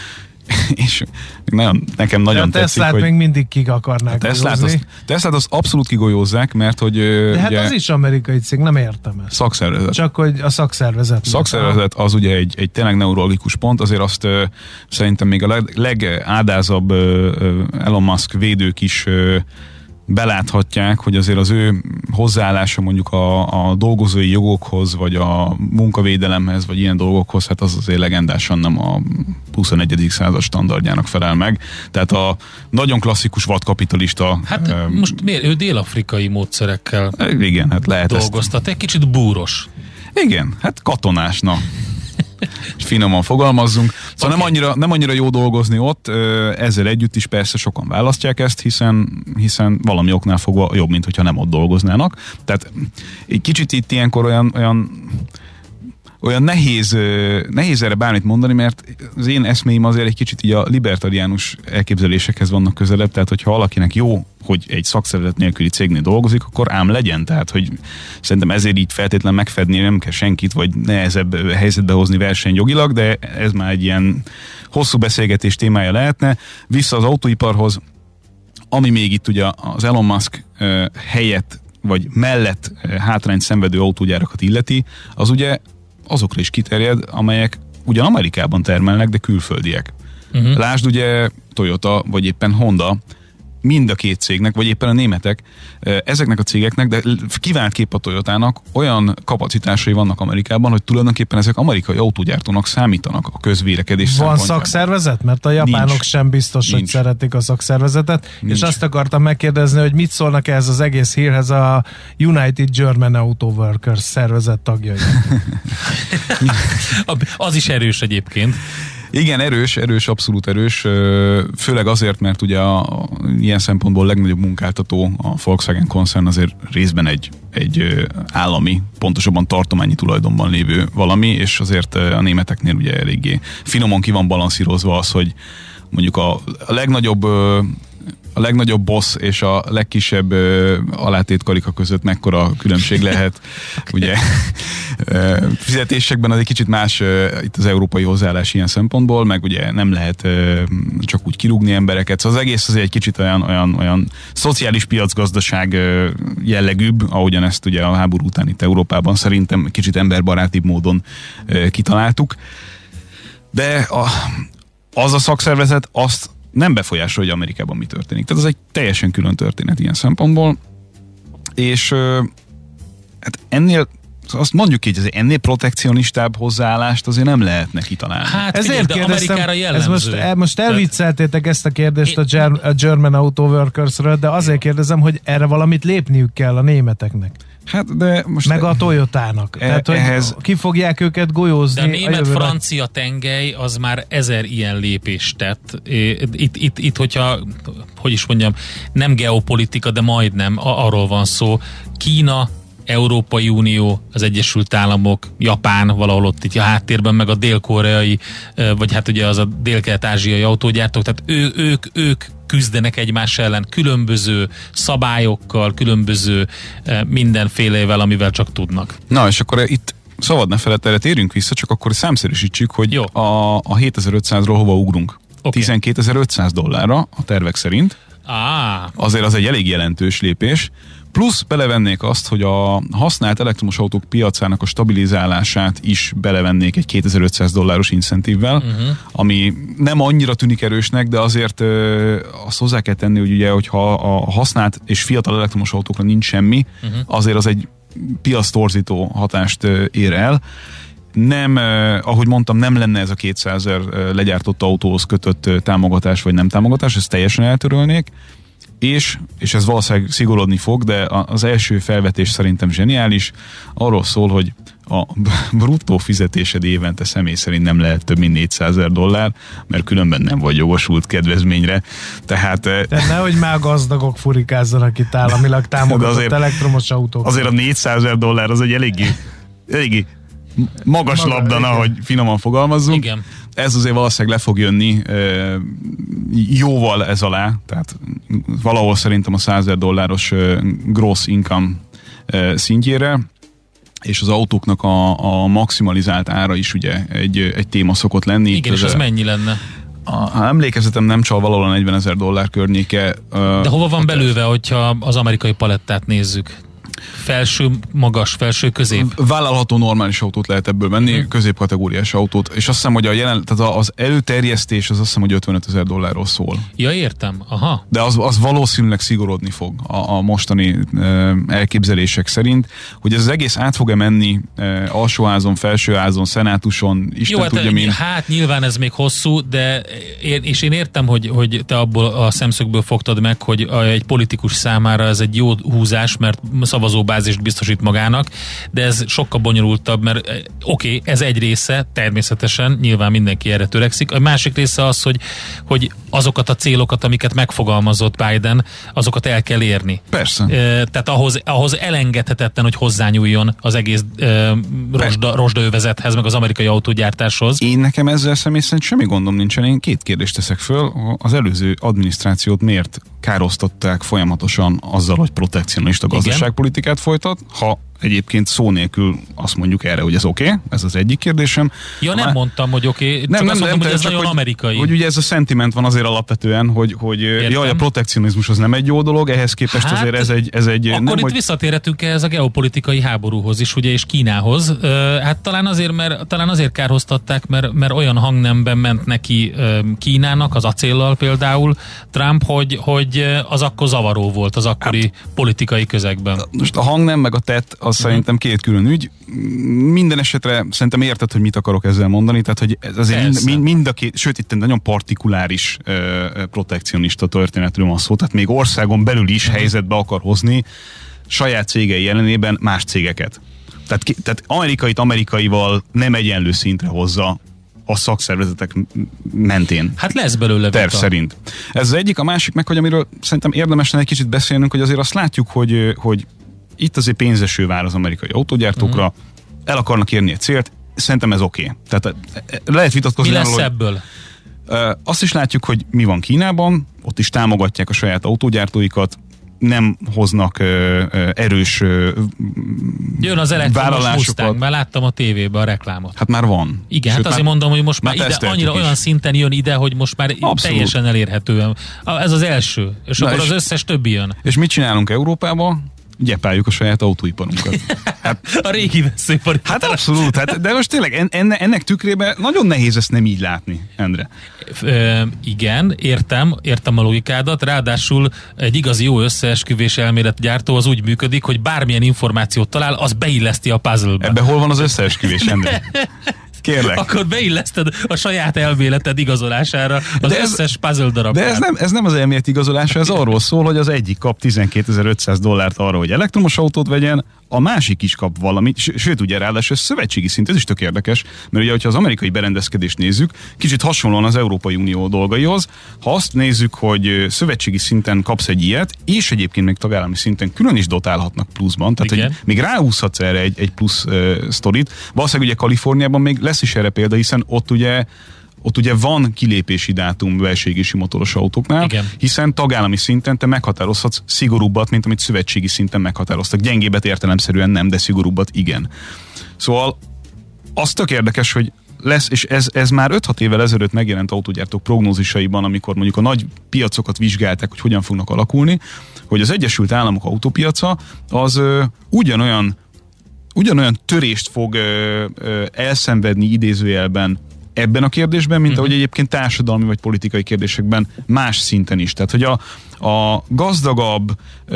Speaker 5: és nagyon, nekem nagyon tetszik,
Speaker 2: Teslát
Speaker 5: hogy
Speaker 2: még mindig kik akarnák
Speaker 5: Teslát azt, Teslát azt abszolút kigolyózzák, mert hogy
Speaker 2: de hát
Speaker 5: ugye,
Speaker 2: az is amerikai cég, nem értem ezt.
Speaker 5: Szakszervezet.
Speaker 2: Csak hogy a szakszervezet.
Speaker 5: Szakszervezet az ugye egy, egy tényleg neurologikus pont, azért azt uh, szerintem még a leg, legádázabb uh, Elon Musk védők is uh, beláthatják, hogy azért az ő hozzáállása mondjuk a, a dolgozói jogokhoz, vagy a munkavédelemhez, vagy ilyen dolgokhoz, hát az azért legendásan nem a huszonegyedik század standardjának felel meg. Tehát a nagyon klasszikus vadkapitalista...
Speaker 3: Hát um, most miért? Ő dél-afrikai módszerekkel
Speaker 5: igen, hát lehet
Speaker 3: dolgoztat. Egy kicsit búros.
Speaker 5: Igen, hát katonás, na. Finoman fogalmazzunk. Szóval okay. nem, annyira, nem annyira jó dolgozni ott, ezzel együtt is persze sokan választják ezt, hiszen, hiszen valami oknál fogva jobb, mint hogyha nem ott dolgoznának. Tehát egy kicsit itt ilyenkor olyan, olyan olyan nehéz, nehéz erre bármit mondani, mert az én eszméim azért egy kicsit így a libertariánus elképzelésekhez vannak közelebb, tehát hogyha valakinek jó, hogy egy szakszervezet nélküli cégnél dolgozik, akkor ám legyen, tehát hogy szerintem ezért így feltétlen megfedni nem kell senkit, vagy nehezebb helyzetbe hozni versenyjogilag, de ez már egy ilyen hosszú beszélgetés témája lehetne. Vissza az autóiparhoz, ami még itt ugye az Elon Musk helyett, vagy mellett hátrányt szenvedő autógyárakat illeti, az ugye azokra is kiterjed, amelyek ugyan Amerikában termelnek, de külföldiek. Uh-huh. Lásd ugye Toyota, vagy éppen Honda, mind a két cégnek, vagy éppen a németek, ezeknek a cégeknek, de kivált kép a Toyotának olyan kapacitásai vannak Amerikában, hogy tulajdonképpen ezek amerikai autógyártónak számítanak a közvélekedés
Speaker 2: Van
Speaker 5: szempontjából.
Speaker 2: szakszervezet? Mert a japánok Nincs. sem biztos, Nincs. hogy szeretik a szakszervezetet. Nincs. És azt akartam megkérdezni, hogy mit szólnak ehhez az egész hírhez a United German Auto Workers szervezet tagjai.
Speaker 3: Az is erős egyébként.
Speaker 5: Igen, erős, erős, abszolút erős, főleg azért, mert ugye a, a, ilyen szempontból legnagyobb munkáltató, a Volkswagen koncern azért részben egy, egy állami, pontosabban tartományi tulajdonban lévő valami, és azért a németeknél ugye eléggé finoman ki van balanszírozva az, hogy mondjuk a, a legnagyobb a legnagyobb boss és a legkisebb uh, alátét karika között mekkora különbség lehet. Ugye uh, fizetésekben az egy kicsit más uh, itt az európai hozzáállás ilyen szempontból, meg ugye nem lehet uh, csak úgy kirúgni embereket. Szóval az egész azért egy kicsit olyan, olyan, olyan szociális piacgazdaság uh, jellegűbb, ahogyan ezt ugye a háború után itt Európában szerintem kicsit emberbarátibb módon uh, kitaláltuk. De a, az a szakszervezet azt nem befolyásolja, hogy Amerikában mi történik. Tehát ez egy teljesen külön történet ilyen szempontból. És hát ennél, azt mondjuk így, hogy ennél protekcionistább hozzáállást azért nem lehetne kitalálni.
Speaker 3: Hát
Speaker 2: ezért
Speaker 3: figyelj, de Amerikára jellemző.
Speaker 2: Ez most, el, most elvicceltétek ezt a kérdést a, Ger- a German Auto Workersről, de azért kérdezem, hogy erre valamit lépniük kell a németeknek.
Speaker 5: Hát de most
Speaker 2: meg a Toyotának. E, Tehát, hogy ehhez... ki fogják őket golyózni.
Speaker 3: De a német-francia tengely az már ezer ilyen lépést tett. Itt, itt, itt, hogyha, hogy is mondjam, nem geopolitika, de majdnem arról van szó. Kína, Európai Unió, az Egyesült Államok, Japán, valahol ott itt a háttérben, meg a dél-koreai, vagy hát ugye az a dél-kelet-ázsiai autógyártók, tehát ő, ők, ők küzdenek egymás ellen különböző szabályokkal, különböző mindenfélevel, amivel csak tudnak.
Speaker 5: Na, és akkor itt szabad ne felett, erre térjünk vissza, csak akkor számszerűsítsük, hogy Jó. a, a hétezer-ötszázról hova ugrunk. Okay. tizenkétezer-ötszáz dollárra a tervek szerint.
Speaker 3: Ah.
Speaker 5: Azért az egy elég jelentős lépés. Plusz belevennék azt, hogy a használt elektromos autók piacának a stabilizálását is belevennék egy kétezer-ötszáz dolláros incentívvel, uh-huh. ami nem annyira tűnik erősnek, de azért ö, azt hozzá kell tenni, hogy ugye, hogyha a használt és fiatal elektromos autókra nincs semmi, uh-huh. azért az egy piactorzító hatást ö, ér el. Nem, eh, ahogy mondtam, nem lenne ez a kétszázezer eh, legyártott autóhoz kötött eh, támogatás vagy nem támogatás, ezt teljesen eltörölnék, és, és ez valószínűleg szigorodni fog, de az első felvetés szerintem zseniális, arról szól, hogy a bruttó fizetésed évente személy szerint nem lehet több mint négyszázezer dollár, mert különben nem vagy jogosult kedvezményre. Tehát...
Speaker 2: Tehát nehogy már gazdagok furikázzanak itt államilag támogatott azért, elektromos autók.
Speaker 5: Azért a négyszázezer dollár az egy eléggé, eléggé magas Maga, labdana, igen. hogy finoman fogalmazzunk.
Speaker 3: Igen.
Speaker 5: Ez azért valószínűleg le fog jönni e, jóval ez alá, tehát valahol szerintem a százezer dolláros e, gross income e, szintjére, és az autóknak a, a maximalizált ára is ugye egy, egy téma szokott lenni.
Speaker 3: Igen, és az mennyi lenne?
Speaker 5: Ha emlékezetem nem csal, valahol a negyvenezer dollár környéke.
Speaker 3: De hova van belőve, hogyha az amerikai palettát nézzük? Felső, magas, felső, közép?
Speaker 5: Vállalható normális autót lehet ebből venni, uh-huh. középkategóriás autót, és azt hiszem, hogy a jelen, tehát az előterjesztés az azt hiszem, hogy ötvenötezer dollárról szól.
Speaker 3: Ja, értem, aha.
Speaker 5: De az, az valószínűleg szigorodni fog a, a mostani e, elképzelések szerint, hogy ez az egész át fog-e menni e, alsóházon, felsőházon, szenátuson, Isten
Speaker 3: Jó,
Speaker 5: tudja
Speaker 3: hát,
Speaker 5: min.
Speaker 3: Hát nyilván ez még hosszú, de én, és én értem, hogy, hogy te abból a szemszögből fogtad meg, hogy egy politikus számára ez egy jó húzás, mert szavazóbázist biztosít magának, de ez sokkal bonyolultabb, mert oké, okay, ez egy része, természetesen, nyilván mindenki erre törekszik. A másik része az, hogy, hogy azokat a célokat, amiket megfogalmazott Biden, azokat el kell érni.
Speaker 5: Persze.
Speaker 3: E, tehát ahhoz, ahhoz elengedhetetlen, hogy hozzányúljon az egész e, rozsda, rozsdaövezethez, meg az amerikai autógyártáshoz.
Speaker 5: Én nekem ezzel személy szerint semmi gondom nincsen. Én két kérdést teszek föl. Az előző adminisztrációt miért károztatták folyamatosan azzal, hogy protekcionista gazdaságpolitikát folytat? Ha egyébként szó nélkül azt mondjuk erre, hogy ez oké, okay, ez az egyik kérdésem.
Speaker 3: Ja, nem Már... mondtam, hogy oké, okay.
Speaker 5: nem,
Speaker 3: csak
Speaker 5: nem,
Speaker 3: azt
Speaker 5: nem,
Speaker 3: mondom, hogy ez
Speaker 5: csak
Speaker 3: nagyon
Speaker 5: hogy,
Speaker 3: amerikai.
Speaker 5: Hogy ugye ez a sentiment van azért alapvetően, hogy, hogy jaj, a protekcionizmus az nem egy jó dolog, ehhez képest hát, azért ez egy... Ez egy
Speaker 3: akkor
Speaker 5: nem,
Speaker 3: itt
Speaker 5: hogy...
Speaker 3: visszatérhetünk ez a geopolitikai háborúhoz is, ugye, és Kínához. Hát talán azért, mert, talán azért kárhoztatták, mert, mert olyan hangnemben ment neki Kínának, az acéllal például Trump, hogy, hogy az akkor zavaró volt az akkori hát, politikai közegben.
Speaker 5: Most a hangnem meg a tett, az uh-huh. szerintem két külön ügy. Minden esetre szerintem érted, hogy mit akarok ezzel mondani, tehát hogy ez azért mind, mind, mind a két, sőt itt egy nagyon partikuláris uh, protekcionista történetről van szó, tehát még országon belül is uh-huh. helyzetbe akar hozni saját cégei jelenében más cégeket. Tehát, tehát amerikait amerikaival nem egyenlő szintre hozza a szakszervezetek mentén.
Speaker 3: Hát lesz belőle vita.
Speaker 5: Terv szerint. Ez az egyik, a másik meg, hogy amiről szerintem érdemes lenne egy kicsit beszélnünk, hogy azért azt látjuk, hogy, hogy itt azért pénzeső vár az amerikai autógyártókra, uh-huh. el akarnak érni egy célt, szerintem ez oké. Okay. Tehát lehet vitatkozni.
Speaker 3: Mi lesz
Speaker 5: arról,
Speaker 3: ebből?
Speaker 5: Azt is látjuk, hogy mi van Kínában, ott is támogatják a saját autógyártóikat, nem hoznak ö, ö, erős ö,
Speaker 3: jön az elektromos Mustang, már láttam a tévében a reklámot.
Speaker 5: Hát már van.
Speaker 3: Igen, Sőt, hát azért mondom, hogy most már, már ide, annyira is. Olyan szinten jön ide, hogy most már abszolút. Teljesen elérhetően. Ez az első. És Na akkor és, az összes többi jön.
Speaker 5: És mit csinálunk Európában? Gyepáljuk a saját autóiparunkat. Hát,
Speaker 3: a régi veszőipar.
Speaker 5: Hát abszolút, hát, de most tényleg enne, ennek tükrében nagyon nehéz ezt nem így látni, Endre.
Speaker 3: Ö, igen, értem, értem a logikádat, ráadásul egy igazi jó összeesküvés elméletgyártó az úgy működik, hogy bármilyen információt talál, az beilleszti a puzzle-be.
Speaker 5: Ebben hol van az összeesküvés, Endre? Kérlek.
Speaker 3: Akkor beilleszted a saját elméleted igazolására az ez, összes puzzle darabját.
Speaker 5: De ez nem, ez nem az elmélet igazolása, ez arról szól, hogy az egyik kap tizenkétezer-ötszáz dollárt arra, hogy elektromos autót vegyen, a másik is kap valamit, sőt ugye ráadásul szövetségi szint, ez is tök érdekes, mert ugye, hogyha az amerikai berendezkedést nézzük, kicsit hasonlóan az Európai Unió dolgaihoz, ha azt nézzük, hogy szövetségi szinten kapsz egy ilyet, és egyébként még tagállami szinten külön is dotálhatnak pluszban, tehát hogy még ráúszhatsz erre egy, egy plusz uh, sztorit. Valószínűleg ugye Kaliforniában még lesz is erre példa, hiszen ott ugye ott ugye van kilépési dátum belső-égési motoros autóknál, igen. Hiszen tagállami szinten te meghatározhatsz szigorúbbat, mint amit szövetségi szinten meghatároztak. Gyengébbet értelemszerűen nem, de szigorúbbat igen. Szóval az tök érdekes, hogy lesz, és ez, ez már öt-hat évvel ezelőtt megjelent autógyártók prognózisaiban, amikor mondjuk a nagy piacokat vizsgálták, hogy hogyan fognak alakulni, hogy az Egyesült Államok autópiaca az ö, ugyanolyan, ugyanolyan törést fog ö, ö, elszenvedni idézőjelben ebben a kérdésben, mint uh-huh. ahogy egyébként társadalmi vagy politikai kérdésekben más szinten is. Tehát, hogy a, a gazdagabb,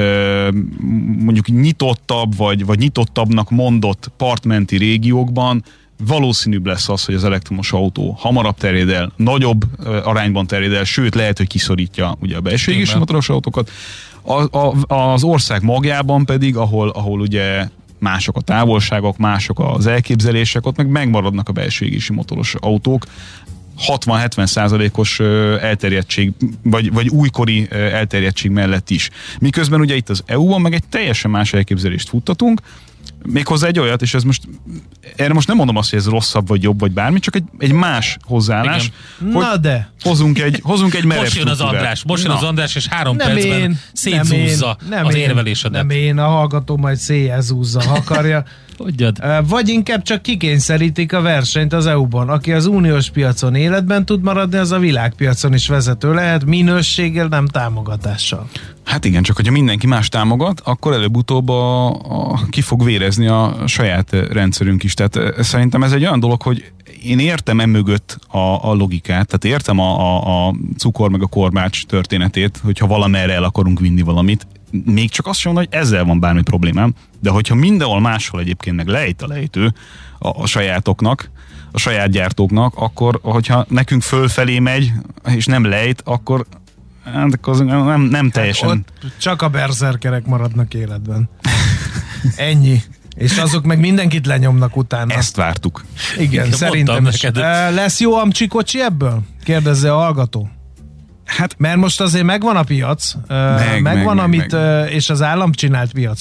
Speaker 5: mondjuk nyitottabb, vagy, vagy nyitottabbnak mondott partmenti régiókban valószínűbb lesz az, hogy az elektromos autó hamarabb terjed el, nagyobb arányban terjed el, sőt lehet, hogy kiszorítja ugye a belső égési motoros autókat. A, a, az ország magjában pedig, ahol, ahol ugye mások a távolságok, mások az elképzelések, ott meg megmaradnak a belső égési motoros autók. hatvan-hetven százalékos elterjedtség, vagy, vagy újkori elterjedtség mellett is. Miközben ugye itt az é u-ban meg egy teljesen más elképzelést futtatunk, méghozzá egy olyat, és ez most, erre most nem mondom azt, hogy ez rosszabb, vagy jobb, vagy bármi, csak egy, egy más hozzáállás.
Speaker 2: Na de!
Speaker 5: Hozunk egy, hozunk egy merev
Speaker 3: Most jön az András, most jön az András, és három
Speaker 2: nem
Speaker 3: percben
Speaker 2: én,
Speaker 3: szétzúzza
Speaker 2: nem én,
Speaker 3: az
Speaker 2: nem
Speaker 3: érvelésedet.
Speaker 2: Nem én, a hallgató majd széjjel zúzza, ha akarja. Vagy inkább csak kikényszerítik a versenyt az é u-ban. Aki az uniós piacon életben tud maradni, az a világpiacon is vezető lehet, minőséggel, nem támogatással.
Speaker 5: Hát igen, csak hogyha mindenki más támogat, akkor előbb-utóbb a, a, ki fog vérezni a saját rendszerünk is. Tehát szerintem ez egy olyan dolog, hogy én értem emögött a, a logikát, tehát értem a, a, a cukor meg a korbács történetét, hogyha valamerre el akarunk vinni valamit. Még csak azt sem mondom, hogy ezzel van bármi problémám, de hogyha mindenhol máshol egyébként meg lejt a lejtő a, a sajátoknak, a saját gyártóknak, akkor hogyha nekünk fölfelé megy, és nem lejt, akkor nem, nem teljesen. Hát
Speaker 2: csak a berzerkerek maradnak életben. Ennyi. És azok meg mindenkit lenyomnak utána.
Speaker 5: Ezt vártuk.
Speaker 2: Igen,
Speaker 3: igen
Speaker 2: szerintem is. Lesz jó amcsi kocsi ebből? Kérdezze a hallgató.
Speaker 5: Hát,
Speaker 2: mert most azért megvan a piac, meg, megvan, meg, amit, meg. És az állam csinált piacot.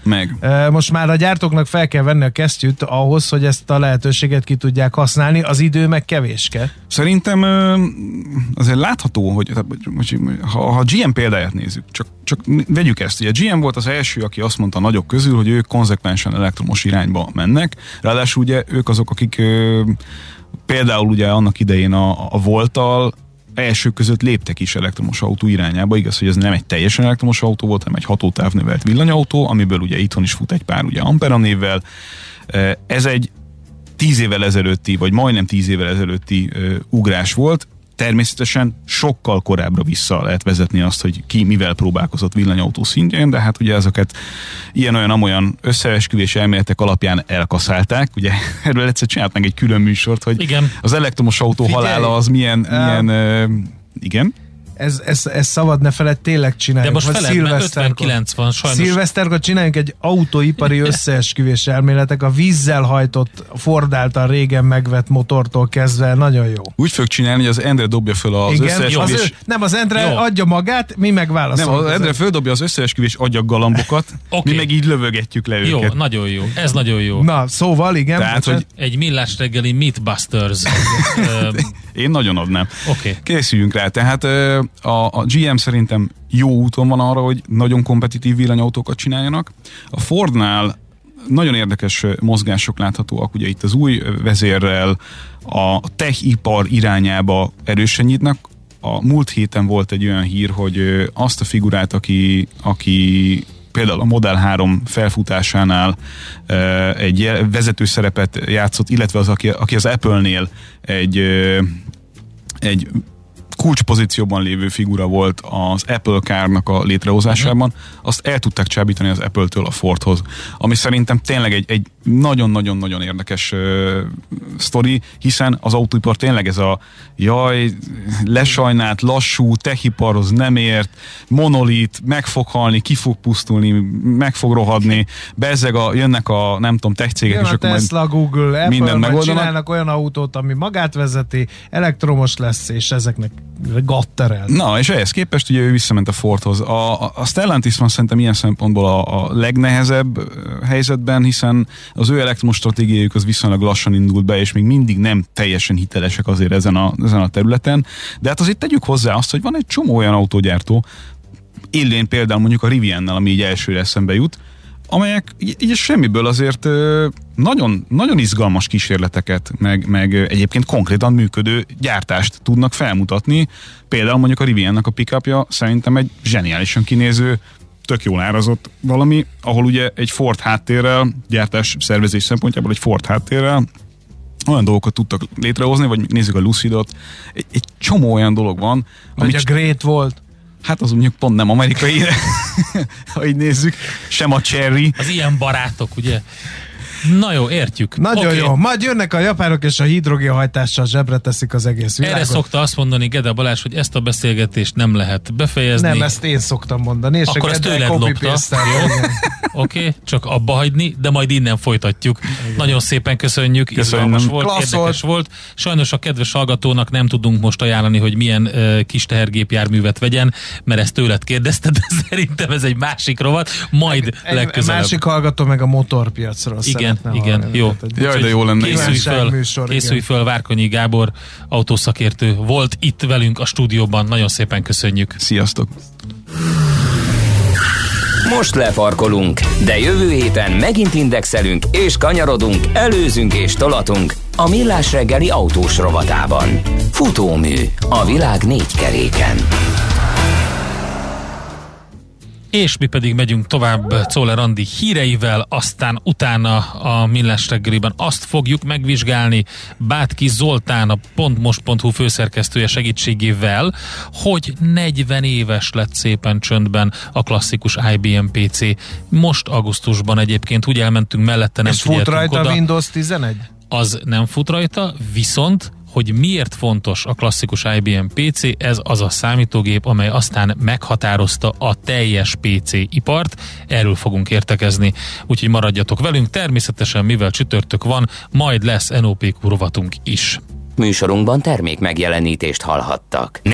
Speaker 5: Meg.
Speaker 2: Most már a gyártóknak fel kell venni a kesztyűt ahhoz, hogy ezt a lehetőséget ki tudják használni, az idő meg kevéske.
Speaker 5: Szerintem azért látható, hogy ha a gé em példáját nézzük, csak, csak vegyük ezt. Ugye a gé em volt az első, aki azt mondta nagyok közül, hogy ők konzekvensen elektromos irányba mennek. Ráadásul ugye ők azok, akik például ugye annak idején a, a Volttal elsők között léptek is elektromos autó irányába. Igaz, hogy ez nem egy teljesen elektromos autó volt, hanem egy hatótávnövelt villanyautó, amiből ugye itthon is fut egy pár ugye Ampera névvel. Ez egy tíz évvel ezelőtti, vagy majdnem tíz évvel ezelőtti uh, ugrás volt. Természetesen sokkal korábbra vissza lehet vezetni azt, hogy ki mivel próbálkozott villanyautó szintjén, de hát ugye ezeket ilyen-olyan-amolyan összeesküvés elméletek alapján elkaszálták. Ugye erről egyszer csinált meg egy külön műsort, hogy igen. Az elektromos autó Figyelj, halála az milyen, milyen uh, igen?
Speaker 2: Ez, ez, ez szabad ne feled, tényleg csináljuk.
Speaker 3: De most feled, mert ötven kilencven sajnos.
Speaker 2: Szilveszterkor csináljunk egy autóipari összeesküvés elméletek, a vízzel hajtott, Ford által régen megvett motortól kezdve, nagyon jó.
Speaker 5: Úgy fog csinálni, hogy az Endre dobja föl az
Speaker 2: Igen,
Speaker 5: összeesküvés.
Speaker 2: Az ő, nem, az Endre jó. adja magát, mi meg válaszolunk.
Speaker 5: Nem, az Endre földobja az összeesküvés agyaggalambokat, okay. Mi meg így lövögetjük le
Speaker 3: jó,
Speaker 5: őket.
Speaker 3: Jó, nagyon jó. Ez nagyon jó.
Speaker 2: Na, szóval igen.
Speaker 5: Tehát, hogy
Speaker 3: egy millás reggeli Mythbusters.
Speaker 5: Én nagyon adnám.
Speaker 3: Okay.
Speaker 5: Készüljünk rá. Tehát a, a gé em szerintem jó úton van arra, hogy nagyon kompetitív villanyautókat csináljanak. A Fordnál nagyon érdekes mozgások láthatóak, ugye itt az új vezérrel a tech-ipar irányába erősen nyitnak. A múlt héten volt egy olyan hír, hogy azt a figurát, aki, aki például a Model három felfutásánál egy vezető szerepet játszott, illetve az, aki, aki az Apple-nél egy, egy kulcspozícióban lévő figura volt az Apple Car-nak a létrehozásában, azt el tudták csábítani az Apple-től a Fordhoz. Ami szerintem tényleg egy, egy nagyon-nagyon-nagyon érdekes uh, sztori, hiszen az autóipar tényleg ez a jaj, lesajnált, lassú, techiparhoz nem ért, monolit, meg fog halni, ki fog pusztulni, meg fog rohadni, bezzeg a, jönnek a nem tudom, tech cégek,
Speaker 2: jön
Speaker 5: és
Speaker 2: a
Speaker 5: akkor
Speaker 2: Tesla, Google, Apple,
Speaker 5: majd
Speaker 2: csinálnak olyan autót, ami magát vezeti, elektromos lesz, és ezeknek gatterel.
Speaker 5: Na, és ehhez képest ugye ő visszament a Fordhoz. A, a, a Stellantis van szerintem ilyen szempontból a, a legnehezebb helyzetben, hiszen az ő elektromos stratégiájuk az viszonylag lassan indult be, és még mindig nem teljesen hitelesek azért ezen a, ezen a területen. De hát azért tegyük hozzá azt, hogy van egy csomó olyan autógyártó, illén például mondjuk a Riviannel, ami így elsőre eszembe jut, amelyek így, így semmiből azért nagyon, nagyon izgalmas kísérleteket, meg, meg egyébként konkrétan működő gyártást tudnak felmutatni. Például mondjuk a Riviannak a pick-upja szerintem egy zseniálisan kinéző, tök jól árazott valami, ahol ugye egy Ford háttérrel, gyártás szervezés szempontjából egy Ford háttérrel olyan dolgokat tudtak létrehozni, vagy nézzük a Lucidot, egy, egy csomó olyan dolog van.
Speaker 2: Vagy a Great volt.
Speaker 5: Hát az mondjuk pont nem amerikai, ha így nézzük, sem a Cherry.
Speaker 3: Az ilyen barátok, ugye? Na jó, értjük.
Speaker 2: Nagyon
Speaker 3: okay.
Speaker 2: jó. Majd jönnek a japánok, és a hidrogénhajtással zsebre teszik az egész világot.
Speaker 3: Erre szokta azt mondani Gede Balázs, hogy ezt a beszélgetést nem lehet befejezni.
Speaker 2: Nem, ezt én szoktam mondani. És
Speaker 3: akkor ezt tőled lopta. Oké, okay, csak abba hagyni, de majd innen folytatjuk. Igen. Nagyon szépen köszönjük. Izgalmas volt, Klassz érdekes volt. Sajnos a kedves hallgatónak nem tudunk most ajánlani, hogy milyen uh, kis tehergépjárművet vegyen, mert ezt tőled kérdezte, de szerintem ez egy másik rovat. Majd egy, legközelebb.
Speaker 2: Egy másik hallgató meg a motorpiacról.
Speaker 3: Igen. Igen, jó.
Speaker 5: Jaj, de jó lenne.
Speaker 3: Készülj föl, műsor, készülj föl, Várkonyi Gábor autószakértő volt itt velünk a stúdióban. Nagyon szépen köszönjük.
Speaker 5: Sziasztok!
Speaker 1: Most lefarkolunk, de jövő héten megint indexelünk és kanyarodunk, előzünk és tolatunk a Millás reggeli autós rovatában. Futómű a világ négy keréken.
Speaker 3: És mi pedig megyünk tovább Czoller Andi híreivel, aztán utána a Millás reggeliben azt fogjuk megvizsgálni Bátki Zoltán, a pontmost pont hu főszerkesztője segítségével, hogy negyven éves lett szépen csöndben a klasszikus i bé em pé cé. Most augusztusban egyébként úgy elmentünk mellette, nem
Speaker 2: és fut rajta oda. A Windows tizenegy?
Speaker 3: Az nem fut rajta, viszont hogy miért fontos a klasszikus i bé em pé cé, ez az a számítógép, amely aztán meghatározta a teljes pé cé ipart, erről fogunk értekezni, úgyhogy maradjatok velünk, természetesen mivel csütörtök van, majd lesz en o pé kú rovatunk is.
Speaker 1: Műsorunkban termék megjelenítést hallhattak.